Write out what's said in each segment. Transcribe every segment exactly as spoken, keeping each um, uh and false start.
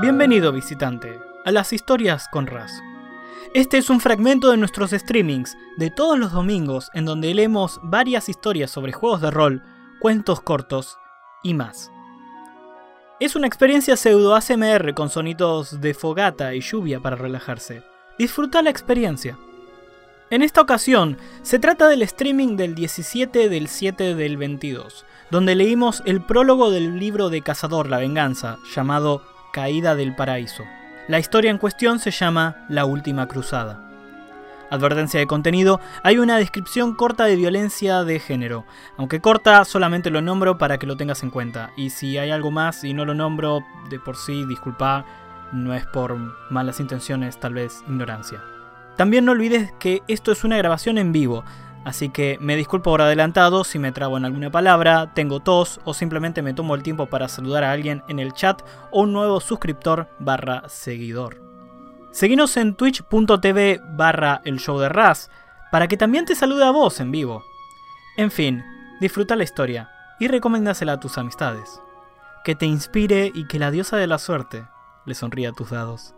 Bienvenido, visitante, a las historias con Raz. Este es un fragmento de nuestros streamings de todos los domingos en donde leemos varias historias sobre juegos de rol, cuentos cortos y más. Es una experiencia pseudo A S M R con sonidos de fogata y lluvia para relajarse. Disfruta la experiencia. En esta ocasión, se trata del streaming del diecisiete del siete del veintidós, donde leímos el prólogo del libro de Cazador la Venganza, llamado Caída del Paraíso. La historia en cuestión se llama La Última Cruzada. Advertencia de contenido: hay una descripción corta de violencia de género. Aunque corta, solamente lo nombro para que lo tengas en cuenta. Y si hay algo más y no lo nombro, de por sí, disculpa, no es por malas intenciones, tal vez ignorancia. También no olvides que esto es una grabación en vivo, así que me disculpo por adelantado si me trabo en alguna palabra, tengo tos o simplemente me tomo el tiempo para saludar a alguien en el chat o un nuevo suscriptor barra seguidor. Seguinos en twitch.tv barra el show de Raz para que también te salude a vos en vivo. En fin, disfruta la historia y recomendásela a tus amistades. Que te inspire y que la diosa de la suerte le sonría a tus dados.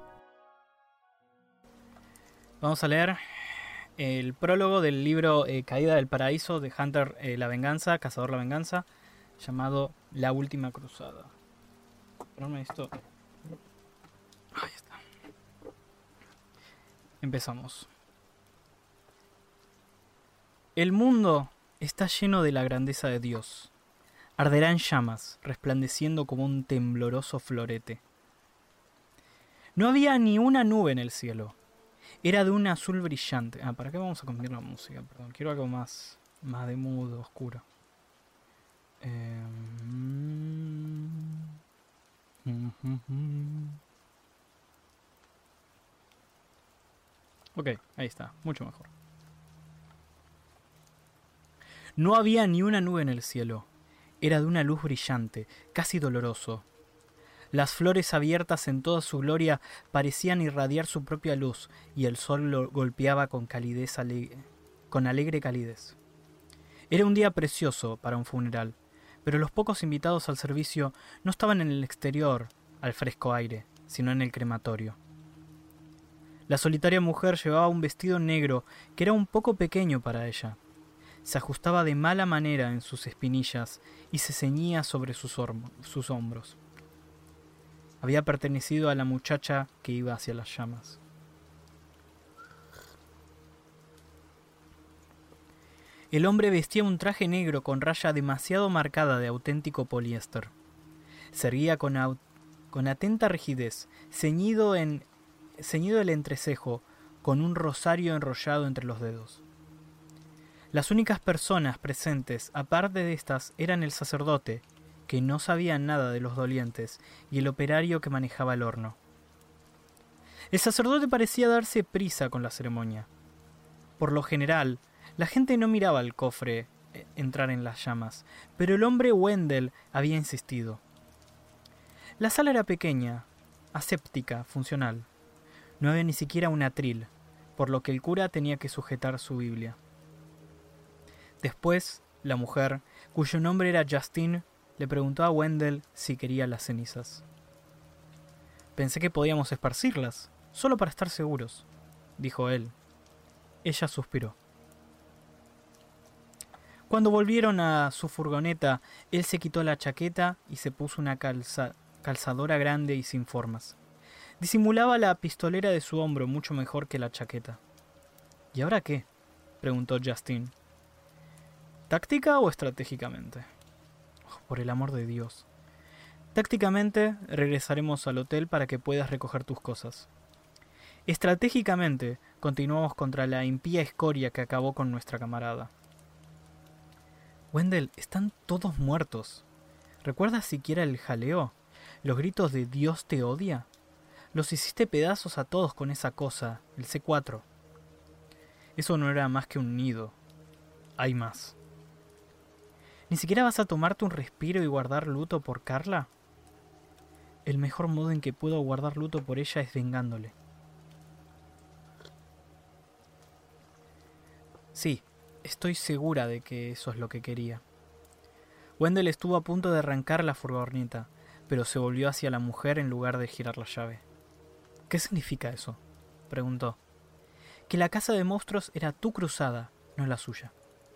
Vamos a leer el prólogo del libro eh, Caída del Paraíso de Hunter eh, la Venganza, Cazador la Venganza, llamado La Última Cruzada. Ponme esto. Ahí está. Empezamos. El mundo está lleno de la grandeza de Dios. Arderá en llamas, resplandeciendo como un tembloroso florete. No había ni una nube en el cielo. Era de un azul brillante. Ah, ¿para qué vamos a cambiar la música? Perdón, quiero algo más, más de mood oscuro. Eh... Ok, ahí está, mucho mejor. No había ni una nube en el cielo. Era de una luz brillante, casi doloroso. Las flores abiertas en toda su gloria parecían irradiar su propia luz y el sol lo golpeaba con calidez alegre, con alegre calidez. Era un día precioso para un funeral, pero los pocos invitados al servicio no estaban en el exterior, al fresco aire, sino en el crematorio. La solitaria mujer llevaba un vestido negro que era un poco pequeño para ella. Se ajustaba de mala manera en sus espinillas y se ceñía sobre sus, sus hombros. Había pertenecido a la muchacha que iba hacia las llamas. El hombre vestía un traje negro con raya demasiado marcada de auténtico poliéster. Se erguía con, au- con atenta rigidez, ceñido, en, ceñido el entrecejo, con un rosario enrollado entre los dedos. Las únicas personas presentes, aparte de estas, eran el sacerdote, que no sabía nada de los dolientes, y el operario que manejaba el horno. El sacerdote parecía darse prisa con la ceremonia. Por lo general, la gente no miraba al cofre entrar en las llamas, pero el hombre Wendell había insistido. La sala era pequeña, aséptica, funcional. No había ni siquiera un atril, por lo que el cura tenía que sujetar su Biblia. Después, la mujer, cuyo nombre era Justine, le preguntó a Wendell si quería las cenizas. Pensé que podíamos esparcirlas, solo para estar seguros, dijo él. Ella suspiró. Cuando volvieron a su furgoneta, él se quitó la chaqueta y se puso una calza, calzadora grande y sin formas. Disimulaba la pistolera de su hombro mucho mejor que la chaqueta. ¿Y ahora qué?, preguntó Justine. ¿Táctica o estratégicamente? Por el amor de Dios. Tácticamente, regresaremos al hotel para que puedas recoger tus cosas. Estratégicamente, continuamos contra la impía escoria que acabó con nuestra camarada. Wendell, están todos muertos. ¿Recuerdas siquiera el jaleo? ¿Los gritos de Dios te odia? Los hiciste pedazos a todos con esa cosa, el C cuatro. Eso no era más que un nido. Hay más. ¿Ni siquiera vas a tomarte un respiro y guardar luto por Carla? El mejor modo en que puedo guardar luto por ella es vengándole. Sí, estoy segura de que eso es lo que quería. Wendell estuvo a punto de arrancar la furgoneta, pero se volvió hacia la mujer en lugar de girar la llave. ¿Qué significa eso?, preguntó. Que la casa de monstruos era tu cruzada, no la suya.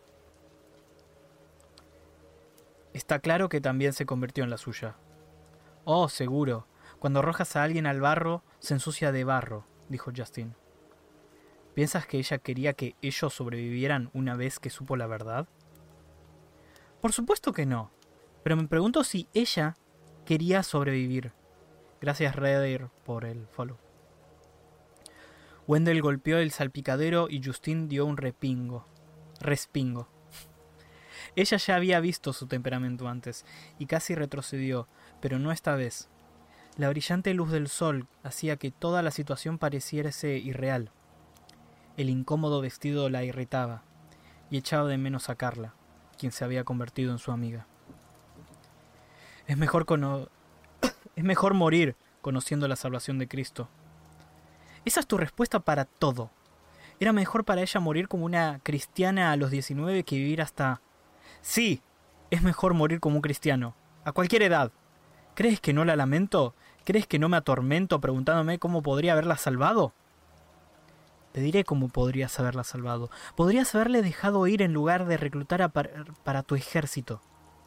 Está claro que también se convirtió en la suya. Oh, seguro. Cuando arrojas a alguien al barro, se ensucia de barro, dijo Justin. ¿Piensas que ella quería que ellos sobrevivieran una vez que supo la verdad? Por supuesto que no, pero me pregunto si ella quería sobrevivir. Gracias, Redder, por el follow. Wendell golpeó el salpicadero y Justin dio un repingo. Respingo. Ella ya había visto su temperamento antes y casi retrocedió, pero no esta vez. La brillante luz del sol hacía que toda la situación pareciese irreal. El incómodo vestido la irritaba y echaba de menos a Carla, quien se había convertido en su amiga. Es mejor, cono- es mejor morir conociendo la salvación de Cristo. Esa es tu respuesta para todo. Era mejor para ella morir como una cristiana a los diecinueve que vivir hasta... Sí, es mejor morir como un cristiano, a cualquier edad. ¿Crees que no la lamento? ¿Crees que no me atormento preguntándome cómo podría haberla salvado? Te diré cómo podrías haberla salvado. Podrías haberle dejado ir en lugar de reclutar a par- para tu ejército.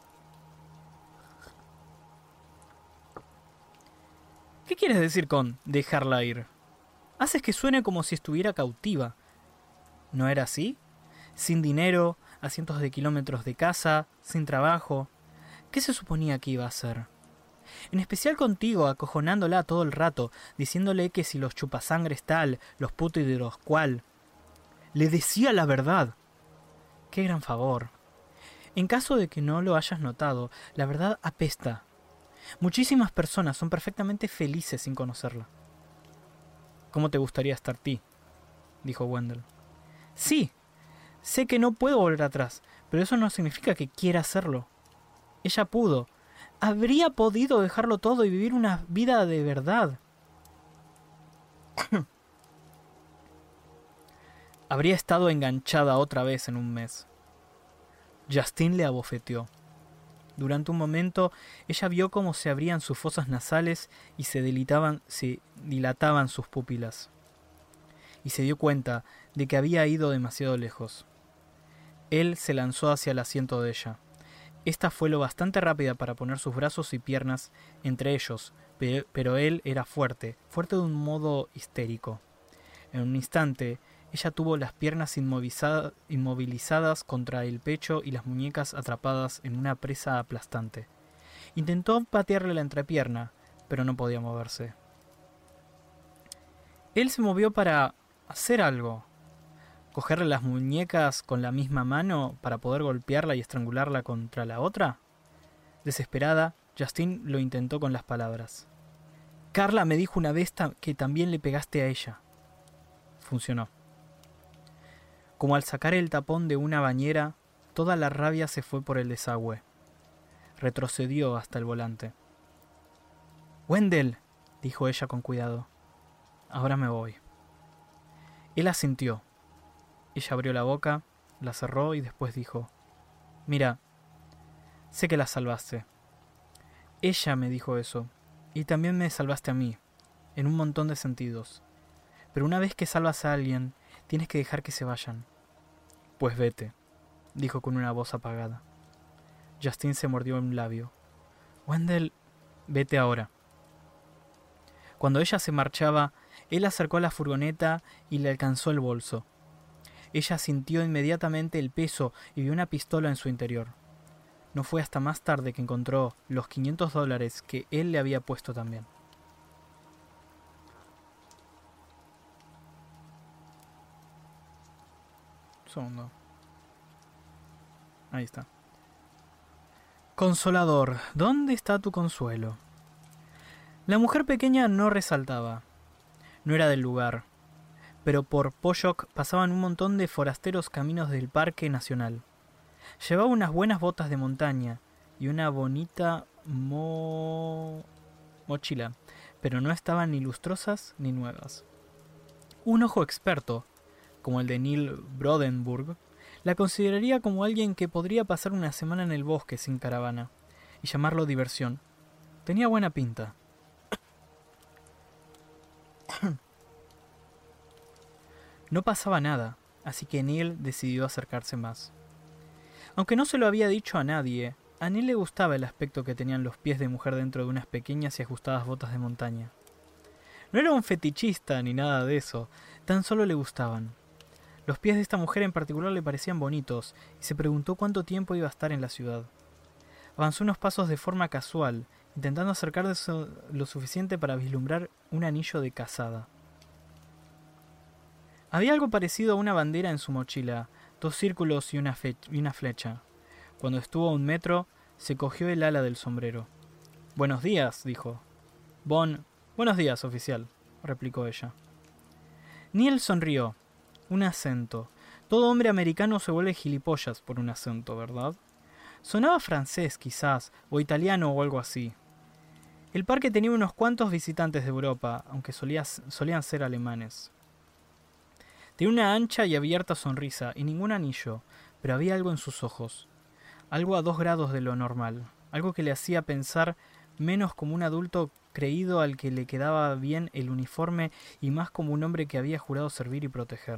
¿Qué quieres decir con dejarla ir? Haces que suene como si estuviera cautiva. ¿No era así? Sin dinero, a cientos de kilómetros de casa, sin trabajo. ¿Qué se suponía que iba a hacer? En especial contigo, acojonándola todo el rato, diciéndole que si los chupasangres tal, los pútridos cual. Le decía la verdad. ¡Qué gran favor! En caso de que no lo hayas notado, la verdad apesta. Muchísimas personas son perfectamente felices sin conocerla. ¿Cómo te gustaría estar ti?, dijo Wendell. Sí, sé que no puedo volver atrás, pero eso no significa que quiera hacerlo. Ella pudo. Habría podido dejarlo todo y vivir una vida de verdad. Habría estado enganchada otra vez en un mes. Justin le abofeteó. Durante un momento, ella vio cómo se abrían sus fosas nasales y se dilataban, se dilataban sus pupilas. Y se dio cuenta de que había ido demasiado lejos. Él se lanzó hacia el asiento de ella. Esta fue lo bastante rápida para poner sus brazos y piernas entre ellos, pero él era fuerte, fuerte de un modo histérico. En un instante, ella tuvo las piernas inmovilizadas contra el pecho y las muñecas atrapadas en una presa aplastante. Intentó patearle la entrepierna, pero no podía moverse. Él se movió para hacer algo. ¿Cogerle las muñecas con la misma mano para poder golpearla y estrangularla contra la otra? Desesperada, Justin lo intentó con las palabras. Carla me dijo una vez que también le pegaste a ella. Funcionó. Como al sacar el tapón de una bañera, toda la rabia se fue por el desagüe. Retrocedió hasta el volante. «Wendell», dijo ella con cuidado. «Ahora me voy». Él asintió. Ella abrió la boca, la cerró y después dijo: «Mira, sé que la salvaste. Ella me dijo eso, y también me salvaste a mí, en un montón de sentidos. Pero una vez que salvas a alguien, tienes que dejar que se vayan». «Pues vete», dijo con una voz apagada. Justin se mordió un labio. «Wendell, vete ahora». Cuando ella se marchaba, él acercó a la furgoneta y le alcanzó el bolso. Ella sintió inmediatamente el peso y vio una pistola en su interior. No fue hasta más tarde que encontró los quinientos dólares que él le había puesto también. Un segundo. Ahí está. Consolador, ¿dónde está tu consuelo? La mujer pequeña no resaltaba. No era del lugar. Pero por Pollock pasaban un montón de forasteros caminos del Parque Nacional. Llevaba unas buenas botas de montaña y una bonita mo... mochila, pero no estaban ni lustrosas ni nuevas. Un ojo experto, como el de Neil Brodenburg, la consideraría como alguien que podría pasar una semana en el bosque sin caravana, y llamarlo diversión. Tenía buena pinta. No pasaba nada, así que Neil decidió acercarse más. Aunque no se lo había dicho a nadie, a Neil le gustaba el aspecto que tenían los pies de mujer dentro de unas pequeñas y ajustadas botas de montaña. No era un fetichista ni nada de eso, tan solo le gustaban. Los pies de esta mujer en particular le parecían bonitos, y se preguntó cuánto tiempo iba a estar en la ciudad. Avanzó unos pasos de forma casual, intentando acercarse lo suficiente para vislumbrar un anillo de casada. Había algo parecido a una bandera en su mochila, dos círculos y una, y una flecha. Cuando estuvo a un metro, se cogió el ala del sombrero. «Buenos días», dijo. «Bon, buenos días, oficial», replicó ella. Neil sonrió. Un acento. Todo hombre americano se vuelve gilipollas por un acento, ¿verdad? Sonaba francés, quizás, o italiano o algo así. El parque tenía unos cuantos visitantes de Europa, aunque solía, solían ser alemanes. Tenía una ancha y abierta sonrisa y ningún anillo, pero había algo en sus ojos. Algo a dos grados de lo normal. Algo que le hacía pensar menos como un adulto creído al que le quedaba bien el uniforme y más como un hombre que había jurado servir y proteger.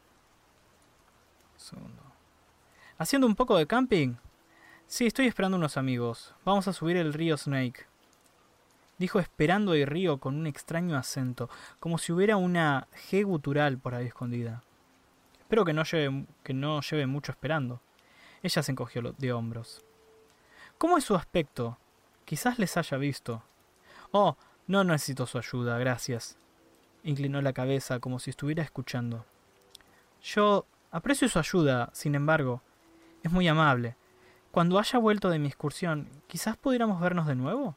Segundo. ¿Haciendo un poco de camping? Sí, estoy esperando unos amigos. Vamos a subir el río Snake. Dijo esperando el río con un extraño acento, como si hubiera una G gutural por ahí escondida. Espero que no lleve, que no lleve mucho esperando. Ella se encogió de hombros. ¿Cómo es su aspecto? Quizás les haya visto. Oh, no necesito su ayuda, gracias. Inclinó la cabeza como si estuviera escuchando. Yo aprecio su ayuda, sin embargo. Es muy amable. Cuando haya vuelto de mi excursión, ¿quizás pudiéramos vernos de nuevo?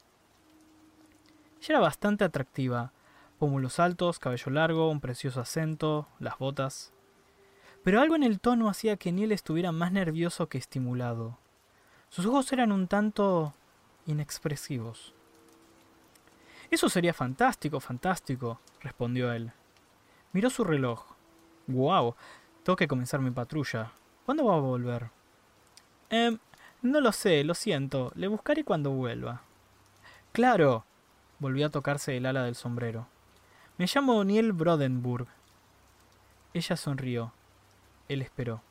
Ella era bastante atractiva. Pómulos altos, cabello largo, un precioso acento, las botas. Pero algo en el tono hacía que Neil estuviera más nervioso que estimulado. Sus ojos eran un tanto inexpresivos. Eso sería fantástico, fantástico, respondió él. Miró su reloj. Guau, tengo que comenzar mi patrulla. ¿Cuándo va a volver? Eh, no lo sé, lo siento. Le buscaré cuando vuelva. Claro. Volvió a tocarse el ala del sombrero. Me llamo Neil Brodenburg. Ella sonrió. Él esperó.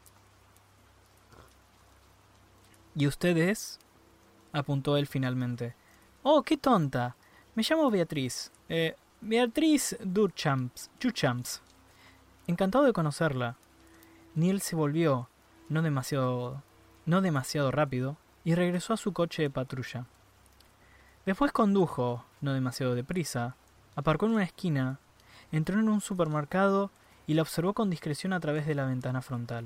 ¿Y usted es? Apuntó él finalmente. Oh, qué tonta. Me llamo Beatriz. Eh, Beatriz Durchamps. Duchamps. Encantado de conocerla. Neil se volvió, no demasiado, no demasiado rápido, y regresó a su coche de patrulla. Después condujo, no demasiado deprisa, aparcó en una esquina, entró en un supermercado y la observó con discreción a través de la ventana frontal.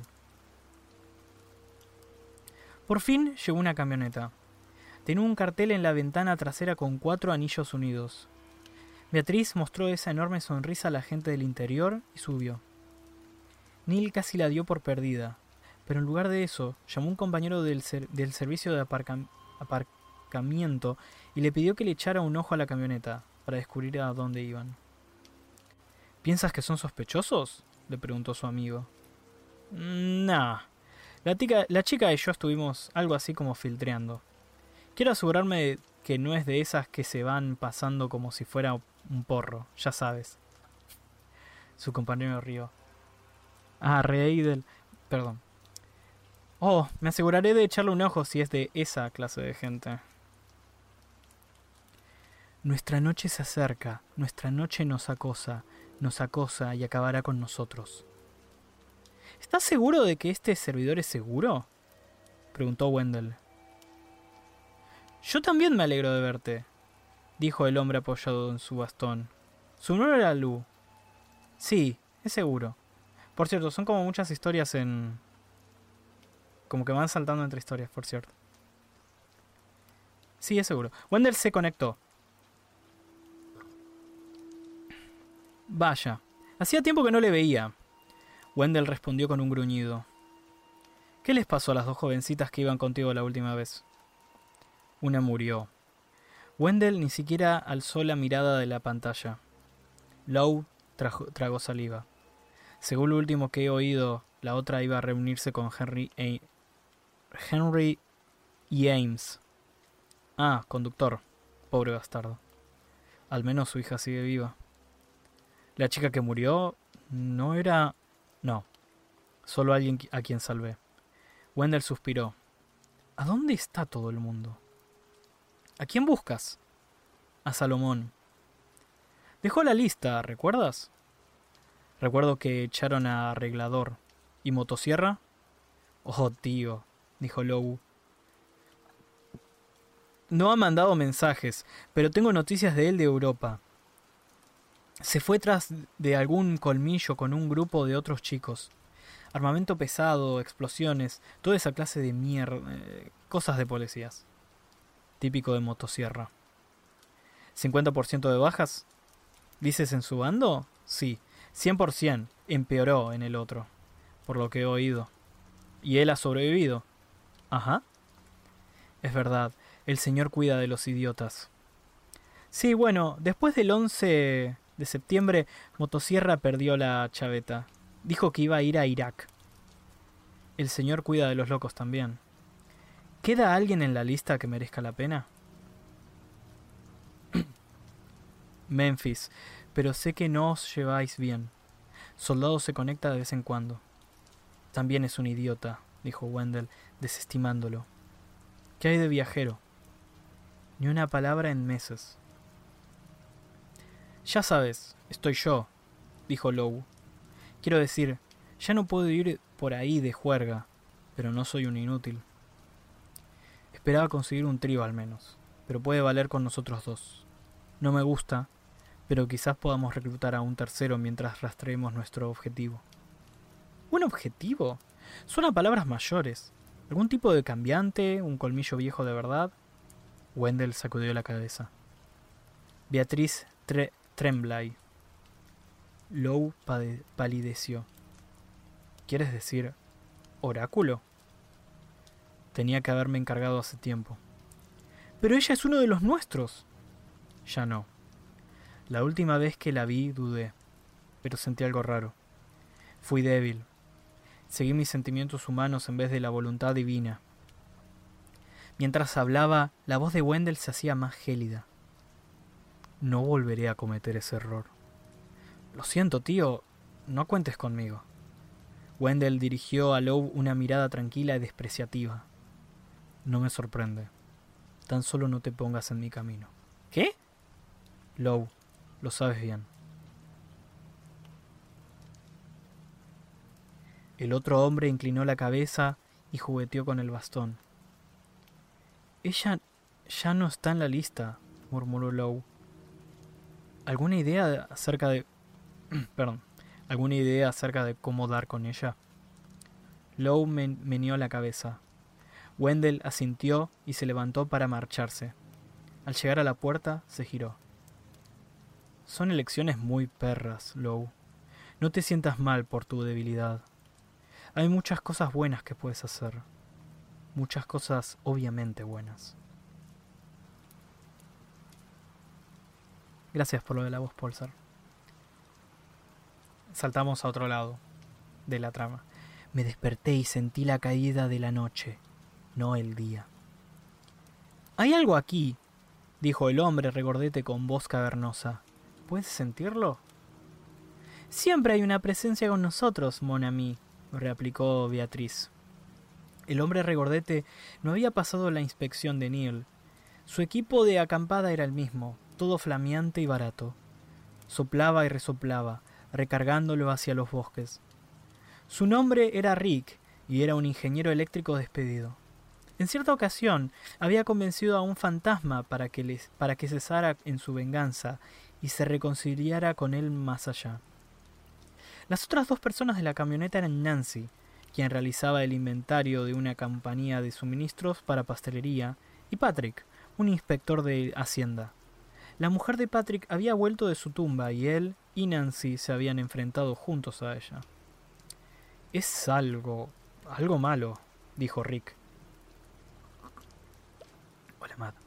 Por fin llegó una camioneta. Tenía un cartel en la ventana trasera con cuatro anillos unidos. Beatriz mostró esa enorme sonrisa a la gente del interior y subió. Neil casi la dio por perdida, pero en lugar de eso, llamó a un compañero del, ser- del servicio de aparca- aparcamiento y le pidió que le echara un ojo a la camioneta para descubrir a dónde iban. ¿Piensas que son sospechosos?, le preguntó su amigo. Nah. La, tica, la chica y yo estuvimos algo así como filtreando. Quiero asegurarme que no es de esas que se van pasando como si fuera un porro, ya sabes. Su compañero rió. Ah, reí del... Perdón. Oh, me aseguraré de echarle un ojo si es de esa clase de gente. Nuestra noche se acerca, nuestra noche nos acosa, nos acosa y acabará con nosotros. ¿Estás seguro de que este servidor es seguro?, preguntó Wendell. Yo también me alegro de verte, dijo el hombre apoyado en su bastón. Su nombre era Lou. Sí, es seguro. Por cierto, son como muchas historias en... Como que van saltando entre historias, por cierto. Sí, es seguro. Wendell se conectó. Vaya, hacía tiempo que no le veía. Wendell respondió con un gruñido. ¿Qué les pasó a las dos jovencitas que iban contigo la última vez? Una murió. Wendell ni siquiera alzó la mirada de la pantalla. Lou trajo, tragó saliva. Según lo último que he oído, la otra iba a reunirse con Henry, a Henry y Ames. Ah, conductor. Pobre bastardo. Al menos su hija sigue viva. La chica que murió no era... No, solo alguien a quien salvé. Wendell suspiró. ¿A dónde está todo el mundo? ¿A quién buscas? A Salomón. Dejó la lista, ¿recuerdas? Recuerdo que echaron a Arreglador. ¿Y Motosierra? Oh, tío, dijo Lowe. No ha mandado mensajes, pero tengo noticias de él de Europa. Se fue tras de algún colmillo con un grupo de otros chicos. Armamento pesado, explosiones, toda esa clase de mierda, eh, cosas de policías. Típico de Motosierra. ¿cincuenta por ciento de bajas? ¿Dices en su bando? Sí, cien por ciento. Empeoró en el otro, por lo que he oído. ¿Y él ha sobrevivido? Ajá. Es verdad, el señor cuida de los idiotas. Sí, bueno, después del once de septiembre, Motosierra perdió la chaveta. Dijo que iba a ir a Irak. El señor cuida de los locos también. ¿Queda alguien en la lista que merezca la pena? Memphis, pero sé que no os lleváis bien. Soldado se conecta de vez en cuando. También es un idiota, dijo Wendell, desestimándolo. ¿Qué hay de viajero? Ni una palabra en meses. Ya sabes, estoy yo, dijo Lowe. Quiero decir, ya no puedo ir por ahí de juerga, pero no soy un inútil. Esperaba conseguir un trío al menos, pero puede valer con nosotros dos. No me gusta, pero quizás podamos reclutar a un tercero mientras rastreemos nuestro objetivo. ¿Un objetivo? Suena a palabras mayores. ¿Algún tipo de cambiante? ¿Un colmillo viejo de verdad? Wendell sacudió la cabeza. Beatriz Tre Tremblay. Lowe palideció. ¿Quieres decir oráculo? Tenía que haberme encargado hace tiempo. Pero ella es uno de los nuestros. Ya no. La última vez que la vi dudé, pero sentí algo raro. Fui débil. Seguí mis sentimientos humanos en vez de la voluntad divina. Mientras hablaba, la voz de Wendell se hacía más gélida. No volveré a cometer ese error. Lo siento, tío. No cuentes conmigo. Wendell dirigió a Lowe una mirada tranquila y despreciativa. No me sorprende. Tan solo no te pongas en mi camino. ¿Qué? Lowe, lo sabes bien. El otro hombre inclinó la cabeza y jugueteó con el bastón. Ella ya no está en la lista, murmuró Lowe. ¿Alguna idea acerca de... Perdón. ¿Alguna idea acerca de cómo dar con ella? Lowe men meneó la cabeza. Wendell asintió y se levantó para marcharse. Al llegar a la puerta, se giró. Son elecciones muy perras, Lowe. No te sientas mal por tu debilidad. Hay muchas cosas buenas que puedes hacer. Muchas cosas obviamente buenas. Gracias por lo de la voz, Pulsar. Saltamos a otro lado de la trama. Me desperté y sentí la caída de la noche, no el día. Hay algo aquí, dijo el hombre regordete con voz cavernosa. ¿Puedes sentirlo? Siempre hay una presencia con nosotros, mon ami, replicó Beatriz. El hombre regordete no había pasado la inspección de Neil. Su equipo de acampada era el mismo, todo flameante y barato. Soplaba y resoplaba, recargándolo hacia los bosques. Su nombre era Rick, y era un ingeniero eléctrico despedido. En cierta ocasión, había convencido a un fantasma para que, les, para que cesara en su venganza y se reconciliara con él más allá. Las otras dos personas de la camioneta eran Nancy, quien realizaba el inventario de una compañía de suministros para pastelería, y Patrick, un inspector de Hacienda. La mujer de Patrick había vuelto de su tumba y él y Nancy se habían enfrentado juntos a ella. Es algo... algo malo, dijo Rick. Hola, Matt.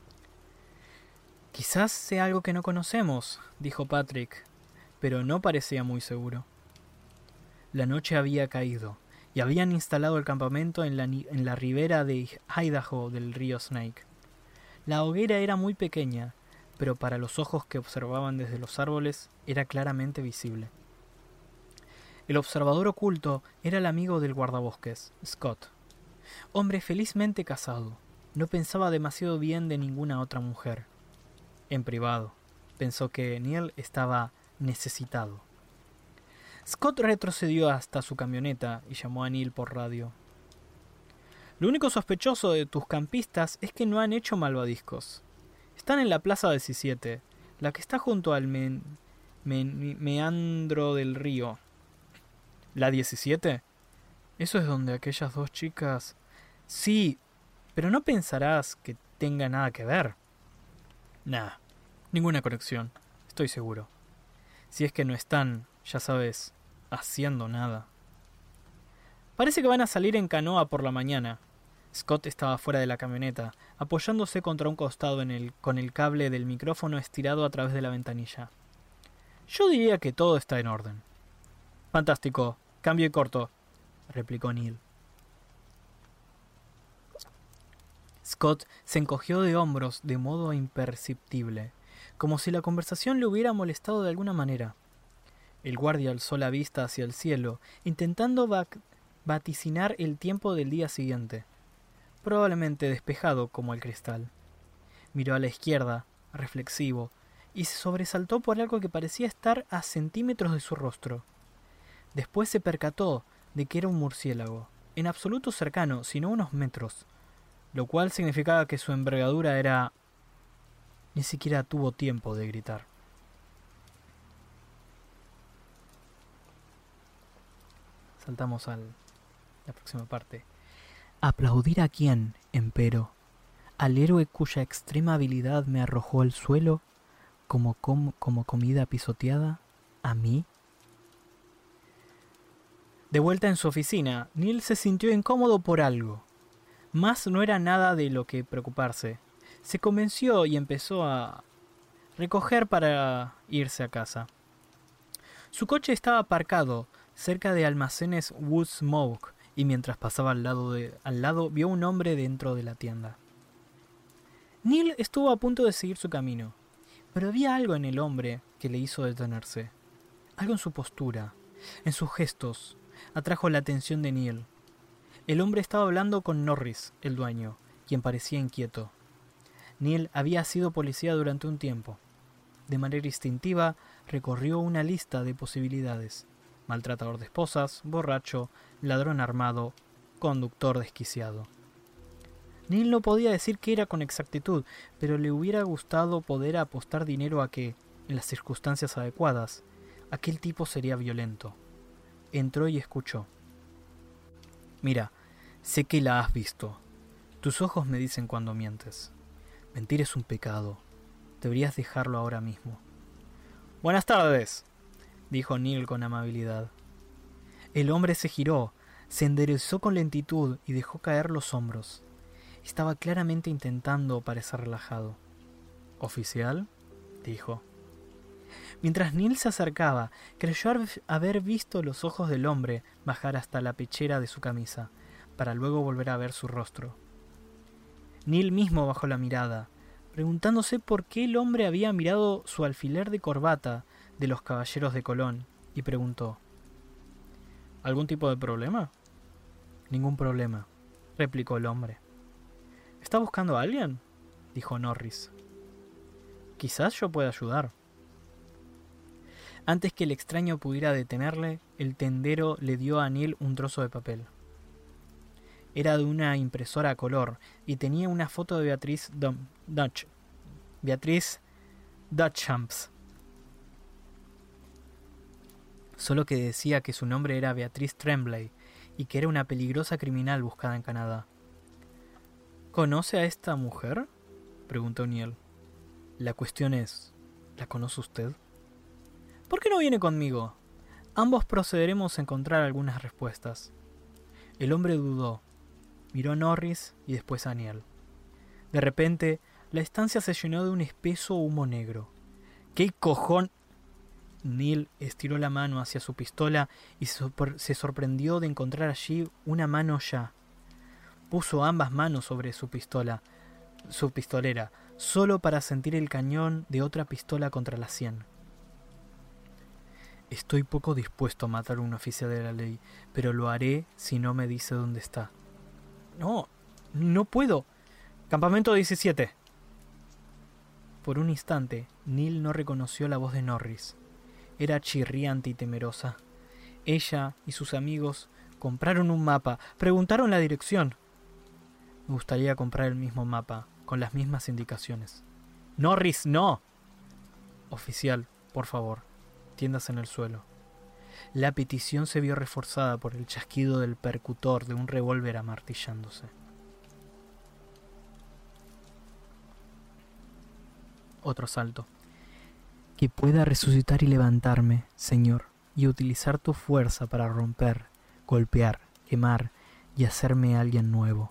Quizás sea algo que no conocemos, dijo Patrick, pero no parecía muy seguro. La noche había caído y habían instalado el campamento en la, en la ribera de Idaho del río Snake. La hoguera era muy pequeña, pero para los ojos que observaban desde los árboles era claramente visible. El observador oculto era el amigo del guardabosques, Scott. Hombre felizmente casado, no pensaba demasiado bien de ninguna otra mujer. En privado, pensó que Neil estaba necesitado. Scott retrocedió hasta su camioneta y llamó a Neil por radio. Lo único sospechoso de tus campistas es que no han hecho malvadiscos. Están en la plaza diecisiete, la que está junto al men, men, meandro del río. ¿La diecisiete? ¿Eso es donde aquellas dos chicas...? Sí, pero no pensarás que tenga nada que ver. Nah, ninguna conexión, estoy seguro. Si es que no están, ya sabes, haciendo nada. Parece que van a salir en canoa por la mañana. Scott estaba fuera de la camioneta, apoyándose contra un costado en el, con el cable del micrófono estirado a través de la ventanilla. Yo diría que todo está en orden. Fantástico, cambio y corto, replicó Neil. Scott se encogió de hombros de modo imperceptible, como si la conversación le hubiera molestado de alguna manera. El guardia alzó la vista hacia el cielo, intentando vac- vaticinar el tiempo del día siguiente, probablemente despejado como el cristal. Miró a la izquierda, reflexivo, y se sobresaltó por algo que parecía estar a centímetros de su rostro. Después se percató de que era un murciélago, en absoluto cercano, sino unos metros, lo cual significaba que su envergadura era... Ni siquiera tuvo tiempo de gritar. Saltamos a la próxima parte. ¿Aplaudir a quién, empero? ¿Al héroe cuya extrema habilidad me arrojó al suelo como, com como comida pisoteada? ¿A mí? De vuelta en su oficina, Neil se sintió incómodo por algo. Más no era nada de lo que preocuparse. Se convenció y empezó a recoger para irse a casa. Su coche estaba aparcado cerca de almacenes Woodsmoke y mientras pasaba al lado, de, al lado vio un hombre dentro de la tienda. Neil estuvo a punto de seguir su camino, pero había algo en el hombre que le hizo detenerse. Algo en su postura, en sus gestos, atrajo la atención de Neil. El hombre estaba hablando con Norris, el dueño, quien parecía inquieto. Neil había sido policía durante un tiempo. De manera instintiva, recorrió una lista de posibilidades: maltratador de esposas, borracho, ladrón armado, conductor desquiciado. Neil no podía decir qué era con exactitud, pero le hubiera gustado poder apostar dinero a que, en las circunstancias adecuadas, aquel tipo sería violento. Entró y escuchó. Mira, sé que la has visto. Tus ojos me dicen cuando mientes. Mentir es un pecado. Deberías dejarlo ahora mismo. Buenas tardes, dijo Neil con amabilidad. El hombre se giró, se enderezó con lentitud y dejó caer los hombros. Estaba claramente intentando parecer relajado. ¿Oficial?, dijo. Mientras Neil se acercaba, creyó haber visto los ojos del hombre bajar hasta la pechera de su camisa, para luego volver a ver su rostro. Neil mismo bajó la mirada, preguntándose por qué el hombre había mirado su alfiler de corbata de los caballeros de Colón, y preguntó: ¿algún tipo de problema? Ningún problema, replicó el hombre. ¿Está buscando a alguien?, dijo Norris. Quizás yo pueda ayudar. Antes que el extraño pudiera detenerle, el tendero le dio a Neil un trozo de papel. Era de una impresora a color y tenía una foto de Beatriz Dum Dutch. Beatriz Dutchamps. Solo que decía que su nombre era Beatriz Tremblay y que era una peligrosa criminal buscada en Canadá. ¿Conoce a esta mujer?, preguntó Neil. La cuestión es, ¿la conoce usted? ¿Por qué no viene conmigo? Ambos procederemos a encontrar algunas respuestas. El hombre dudó. Miró a Norris y después a Neil. De repente, la estancia se llenó de un espeso humo negro. ¿Qué cojón? Neil estiró la mano hacia su pistola y se sorprendió de encontrar allí una mano ya. Puso ambas manos sobre su pistola, su pistolera, solo para sentir el cañón de otra pistola contra la sien. Estoy poco dispuesto a matar a un oficial de la ley, pero lo haré si no me dice dónde está. No, no puedo. Campamento diecisiete. Por un instante, Neil no reconoció la voz de Norris. Era chirriante y temerosa. Ella y sus amigos compraron un mapa, preguntaron la dirección. Me gustaría comprar el mismo mapa, con las mismas indicaciones. ¡Norris, no! Oficial, por favor, tiendas en el suelo. La petición se vio reforzada por el chasquido del percutor de un revólver amartillándose. Otro salto. Que pueda resucitar y levantarme, Señor, y utilizar tu fuerza para romper, golpear, quemar y hacerme alguien nuevo.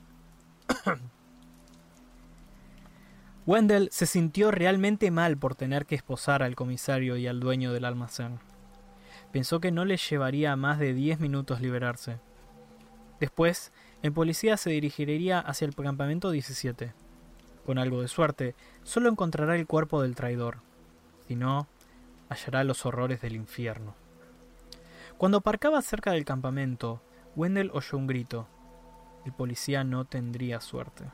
Wendell se sintió realmente mal por tener que esposar al comisario y al dueño del almacén. Pensó que no le llevaría más de diez minutos liberarse. Después, el policía se dirigiría hacia el campamento diecisiete. Con algo de suerte, solo encontrará el cuerpo del traidor. Si no, hallará los horrores del infierno. Cuando aparcaba cerca del campamento, Wendell oyó un grito. El policía no tendría suerte.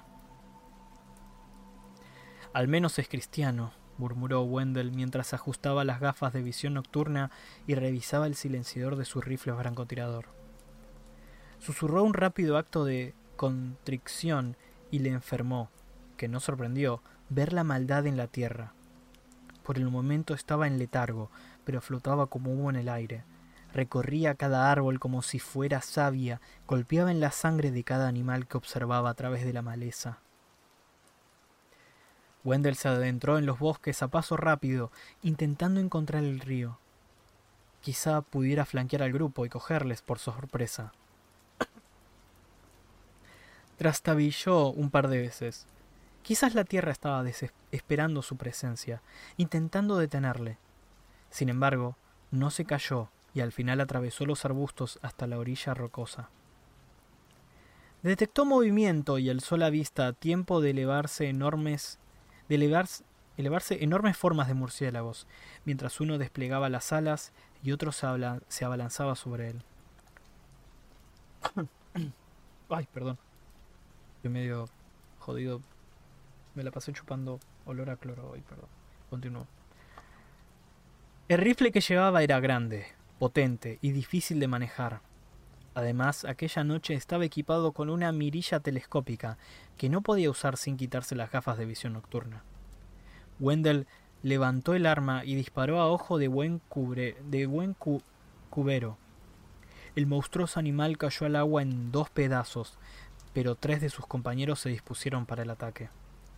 Al menos es cristiano, murmuró Wendell mientras ajustaba las gafas de visión nocturna y revisaba el silenciador de su rifle francotirador. Susurró un rápido acto de contrición y le enfermó, que no sorprendió, ver la maldad en la tierra. Por el momento estaba en letargo, pero flotaba como humo en el aire. Recorría cada árbol como si fuera savia, golpeaba en la sangre de cada animal que observaba a través de la maleza. Wendell se adentró en los bosques a paso rápido, intentando encontrar el río. Quizá pudiera flanquear al grupo y cogerles por sorpresa. Trastabilló un par de veces. Quizás la tierra estaba esperando su presencia, intentando detenerle. Sin embargo, no se cayó y al final atravesó los arbustos hasta la orilla rocosa. Detectó movimiento y alzó la vista a tiempo de elevarse enormes, de elevarse, elevarse enormes formas de murciélagos, mientras uno desplegaba las alas y otro se, abla, se abalanzaba sobre él. Ay, perdón. Estoy medio jodido. Me la pasé chupando olor a cloro hoy, perdón. Continúo. El rifle que llevaba era grande, potente y difícil de manejar. Además, aquella noche estaba equipado con una mirilla telescópica que no podía usar sin quitarse las gafas de visión nocturna. Wendell levantó el arma y disparó a ojo de buen, cubre, de buen cu, cubero. El monstruoso animal cayó al agua en dos pedazos, pero tres de sus compañeros se dispusieron para el ataque.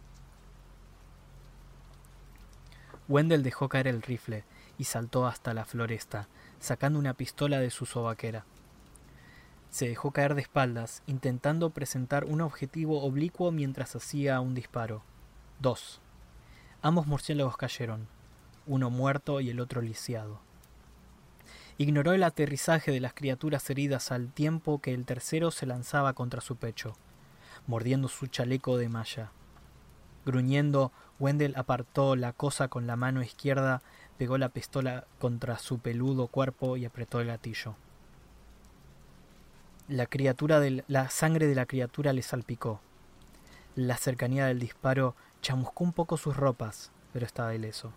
Wendell dejó caer el rifle y saltó hasta la floresta, sacando una pistola de su sobaquera. Se dejó caer de espaldas, intentando presentar un objetivo oblicuo mientras hacía un disparo. Dos. Ambos murciélagos cayeron, uno muerto y el otro lisiado. Ignoró el aterrizaje de las criaturas heridas al tiempo que el tercero se lanzaba contra su pecho, mordiendo su chaleco de malla. Gruñendo, Wendell apartó la cosa con la mano izquierda, pegó la pistola contra su peludo cuerpo y apretó el gatillo. La, criatura del, la sangre de la criatura le salpicó. La cercanía del disparo chamuscó un poco sus ropas, pero estaba ileso.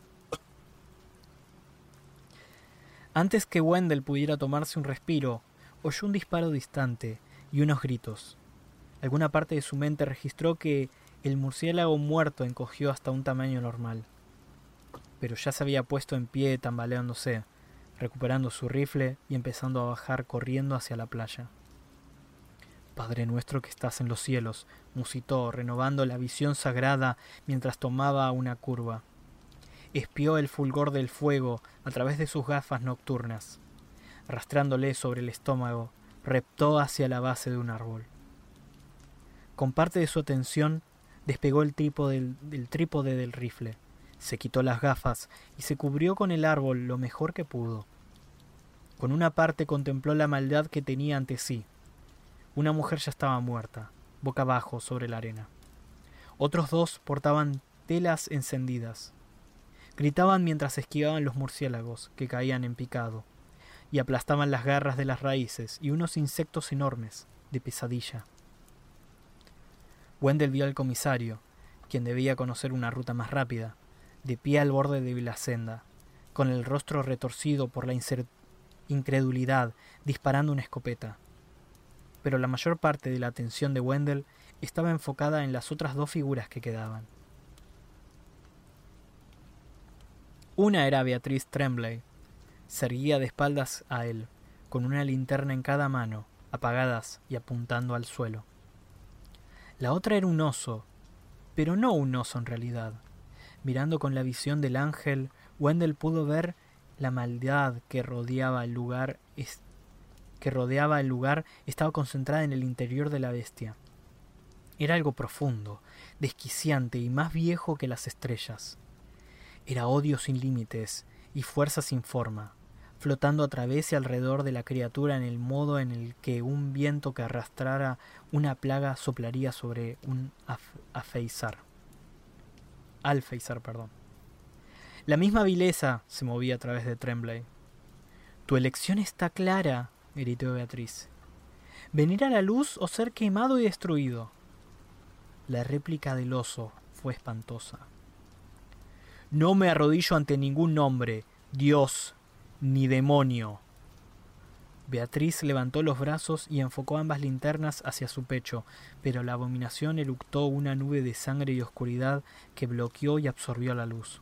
Antes que Wendell pudiera tomarse un respiro, oyó un disparo distante y unos gritos. Alguna parte de su mente registró que el murciélago muerto encogió hasta un tamaño normal. Pero ya se había puesto en pie tambaleándose, recuperando su rifle y empezando a bajar corriendo hacia la playa. Padre nuestro que estás en los cielos, musitó, renovando la visión sagrada mientras tomaba una curva. Espió el fulgor del fuego a través de sus gafas nocturnas. Arrastrándole sobre el estómago, reptó hacia la base de un árbol. Con parte de su atención, despegó el trípode del, del trípode del rifle, se quitó las gafas y se cubrió con el árbol lo mejor que pudo. Con una parte contempló la maldad que tenía ante sí. Una mujer ya estaba muerta, boca abajo sobre la arena. Otros dos portaban telas encendidas. Gritaban mientras esquivaban los murciélagos, que caían en picado, y aplastaban las garras de las raíces y unos insectos enormes, de pesadilla. Wendell vio al comisario, quien debía conocer una ruta más rápida, de pie al borde de la senda, con el rostro retorcido por la incredulidad, disparando una escopeta. Pero la mayor parte de la atención de Wendell estaba enfocada en las otras dos figuras que quedaban. Una era Beatrice Tremblay. Se erguía de espaldas a él, con una linterna en cada mano, apagadas y apuntando al suelo. La otra era un oso, pero no un oso en realidad. Mirando con la visión del ángel, Wendell pudo ver la maldad que rodeaba el lugar, es, que rodeaba el lugar estaba concentrada en el interior de la bestia. Era algo profundo, desquiciante y más viejo que las estrellas. Era odio sin límites y fuerza sin forma, flotando a través y alrededor de la criatura en el modo en el que un viento que arrastrara una plaga soplaría sobre un af- afeizar. Alféizar, perdón. La misma vileza se movía a través de Tremblay. «Tu elección está clara», gritó Beatriz. «Venir a la luz o ser quemado y destruido». La réplica del oso fue espantosa. «No me arrodillo ante ningún nombre, dios, ni demonio». Beatriz levantó los brazos y enfocó ambas linternas hacia su pecho, pero la abominación eructó una nube de sangre y oscuridad que bloqueó y absorbió la luz.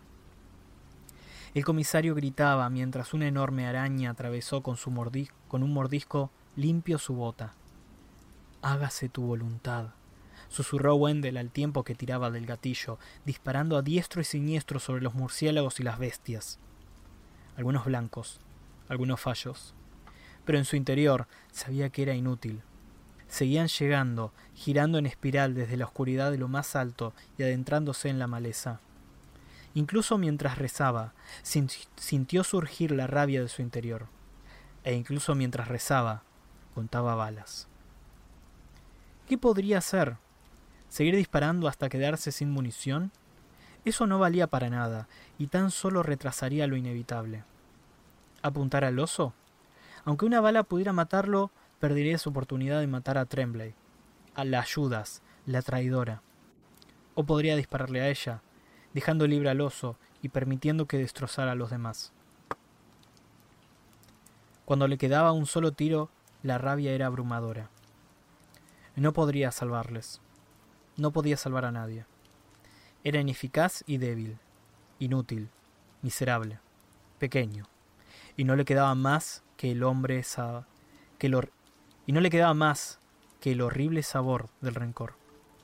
El comisario gritaba mientras una enorme araña atravesó con, su mordis- con un mordisco limpio su bota. «Hágase tu voluntad», susurró Wendell al tiempo que tiraba del gatillo, disparando a diestro y siniestro sobre los murciélagos y las bestias. Algunos blancos, algunos fallos. Pero en su interior sabía que era inútil. Seguían llegando, girando en espiral desde la oscuridad de lo más alto y adentrándose en la maleza. Incluso mientras rezaba, sintió surgir la rabia de su interior. E incluso mientras rezaba, contaba balas. ¿Qué podría hacer? ¿Seguir disparando hasta quedarse sin munición? Eso no valía para nada, y tan solo retrasaría lo inevitable. ¿Apuntar al oso? Aunque una bala pudiera matarlo, perdería su oportunidad de matar a Tremblay, a la Judas, la traidora. O podría dispararle a ella, dejando libre al oso y permitiendo que destrozara a los demás. Cuando le quedaba un solo tiro, la rabia era abrumadora. No podría salvarles. No podía salvar a nadie. Era ineficaz y débil, inútil, miserable, pequeño, y no le quedaba más que el hombre sa- que el hor- y no le quedaba más que el horrible sabor del rencor.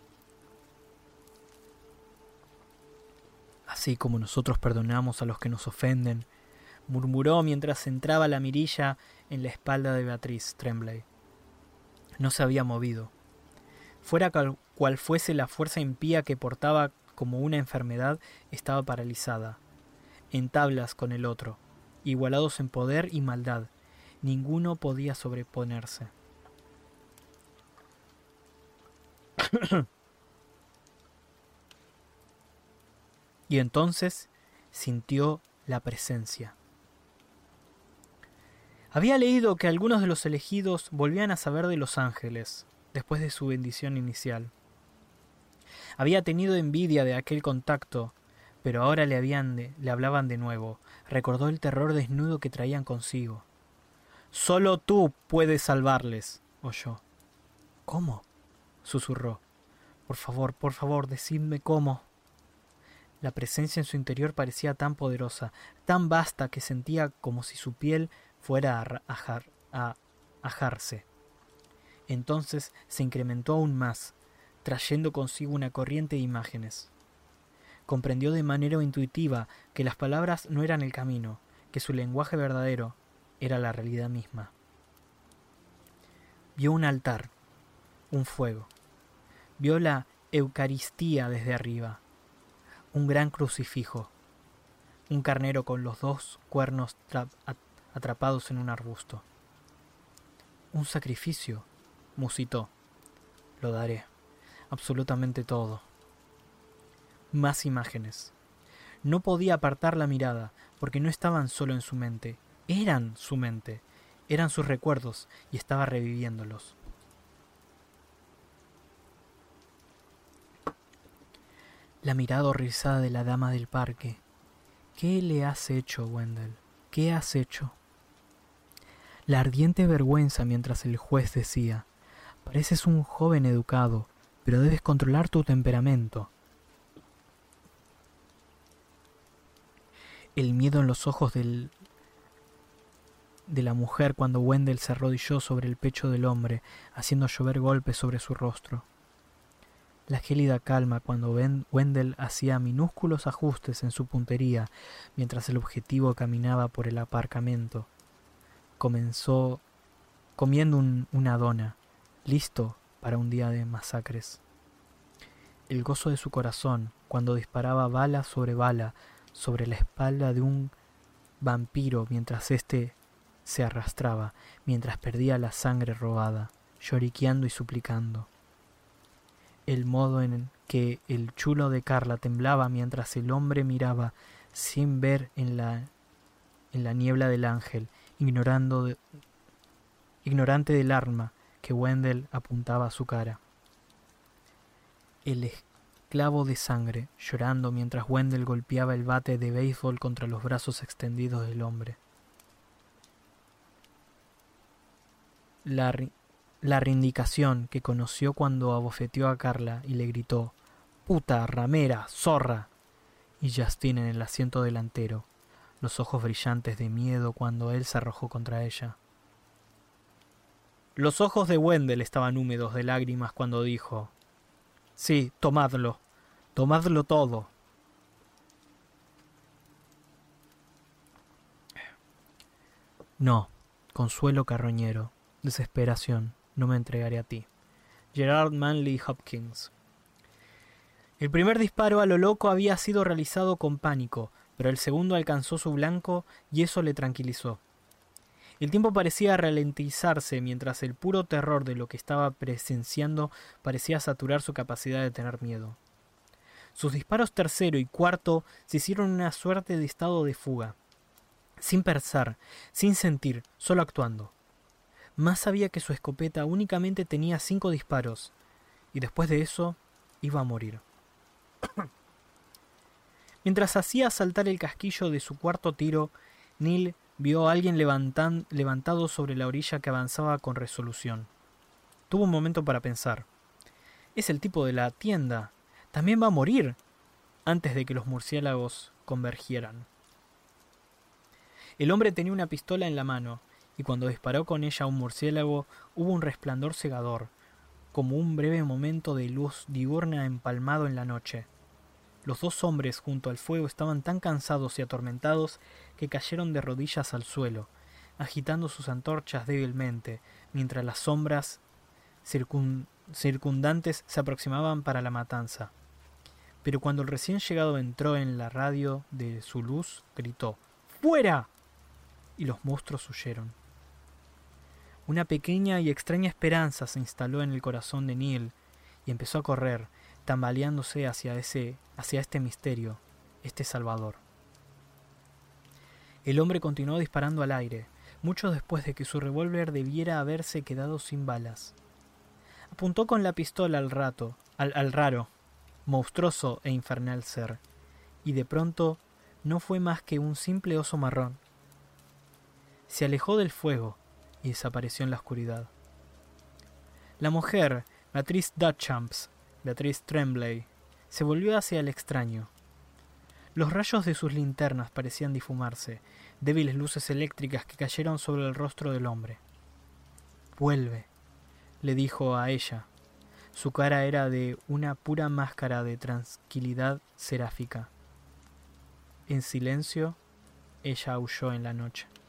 Así como nosotros perdonamos a los que nos ofenden, murmuró mientras entraba la mirilla en la espalda de Beatriz Tremblay. No se había movido. Fuera cual, cual fuese la fuerza impía que portaba como una enfermedad, estaba paralizada, en tablas con el otro, igualados en poder y maldad. Ninguno podía sobreponerse. Y entonces sintió la presencia. Había leído que algunos de los elegidos volvían a saber de los ángeles, después de su bendición inicial. Había tenido envidia de aquel contacto, pero ahora le, habían de, le hablaban de nuevo. Recordó el terror desnudo que traían consigo. «Solo tú puedes salvarles», oyó. «¿Cómo?», susurró. «Por favor, por favor, decidme cómo». La presencia en su interior parecía tan poderosa, tan vasta que sentía como si su piel fuera a, ajar, a ajarse. Entonces se incrementó aún más, trayendo consigo una corriente de imágenes. Comprendió de manera intuitiva que las palabras no eran el camino, que su lenguaje verdadero era la realidad misma. Vio un altar, un fuego. Vio la Eucaristía desde arriba, un gran crucifijo, un carnero con los dos cuernos atrapados en un arbusto. «Un sacrificio», musitó. «Lo daré, absolutamente todo». Más imágenes. No podía apartar la mirada, porque no estaban solo en su mente, eran su mente, eran sus recuerdos, y estaba reviviéndolos. La mirada horrorizada de la dama del parque. ¿Qué le has hecho, Wendell? ¿Qué has hecho? La ardiente vergüenza mientras el juez decía: pareces un joven educado, pero debes controlar tu temperamento. El miedo en los ojos del, de la mujer cuando Wendell se arrodilló sobre el pecho del hombre, haciendo llover golpes sobre su rostro. La gélida calma cuando ben, Wendell hacía minúsculos ajustes en su puntería mientras el objetivo caminaba por el aparcamiento. Comenzó comiendo un, una dona, listo para un día de masacres. El gozo de su corazón cuando disparaba bala sobre bala sobre la espalda de un vampiro mientras éste se arrastraba, mientras perdía la sangre robada, lloriqueando y suplicando. El modo en que el chulo de Carla temblaba mientras el hombre miraba sin ver en la, en la niebla del ángel, ignorando de, ignorante del arma que Wendell apuntaba a su cara. El esclavo de sangre, llorando mientras Wendell golpeaba el bate de béisbol contra los brazos extendidos del hombre. La, la reivindicación que conoció cuando abofeteó a Carla y le gritó: «¡Puta, ramera, zorra!» Y Justin en el asiento delantero, los ojos brillantes de miedo cuando él se arrojó contra ella. Los ojos de Wendell estaban húmedos de lágrimas cuando dijo: «Sí, tomadlo, tomadlo todo». No, consuelo carroñero, desesperación, no me entregaré a ti. Gerard Manley Hopkins. El primer disparo a lo loco había sido realizado con pánico, pero el segundo alcanzó su blanco y eso le tranquilizó. El tiempo parecía ralentizarse mientras el puro terror de lo que estaba presenciando parecía saturar su capacidad de tener miedo. Sus disparos tercero y cuarto se hicieron una suerte de estado de fuga, sin pensar, sin sentir, solo actuando. Más sabía que su escopeta únicamente tenía cinco disparos, y después de eso iba a morir. Mientras hacía saltar el casquillo de su cuarto tiro, Neil vio a alguien levantan, levantado sobre la orilla que avanzaba con resolución. Tuvo un momento para pensar. Es el tipo de la tienda. También va a morir antes de que los murciélagos convergieran. El hombre tenía una pistola en la mano, y cuando disparó con ella a un murciélago hubo un resplandor cegador, como un breve momento de luz diurna empalmado en la noche. Los dos hombres junto al fuego estaban tan cansados y atormentados que cayeron de rodillas al suelo, agitando sus antorchas débilmente, mientras las sombras circun- circundantes se aproximaban para la matanza. Pero cuando el recién llegado entró en la radio de su luz, gritó: «¡Fuera!» y los monstruos huyeron. Una pequeña y extraña esperanza se instaló en el corazón de Neil y empezó a correr, tambaleándose hacia ese, hacia este misterio, este salvador. El hombre continuó disparando al aire, mucho después de que su revólver debiera haberse quedado sin balas. Apuntó con la pistola al rato, al, al raro, monstruoso e infernal ser, y de pronto no fue más que un simple oso marrón. Se alejó del fuego y desapareció en la oscuridad. La mujer, Beatrice Dutchamps, Beatrice Tremblay, se volvió hacia el extraño. Los rayos de sus linternas parecían difumarse, débiles luces eléctricas que cayeron sobre el rostro del hombre. «Vuelve», le dijo a ella. Su cara era de una pura máscara de tranquilidad seráfica. En silencio, ella aulló en la noche.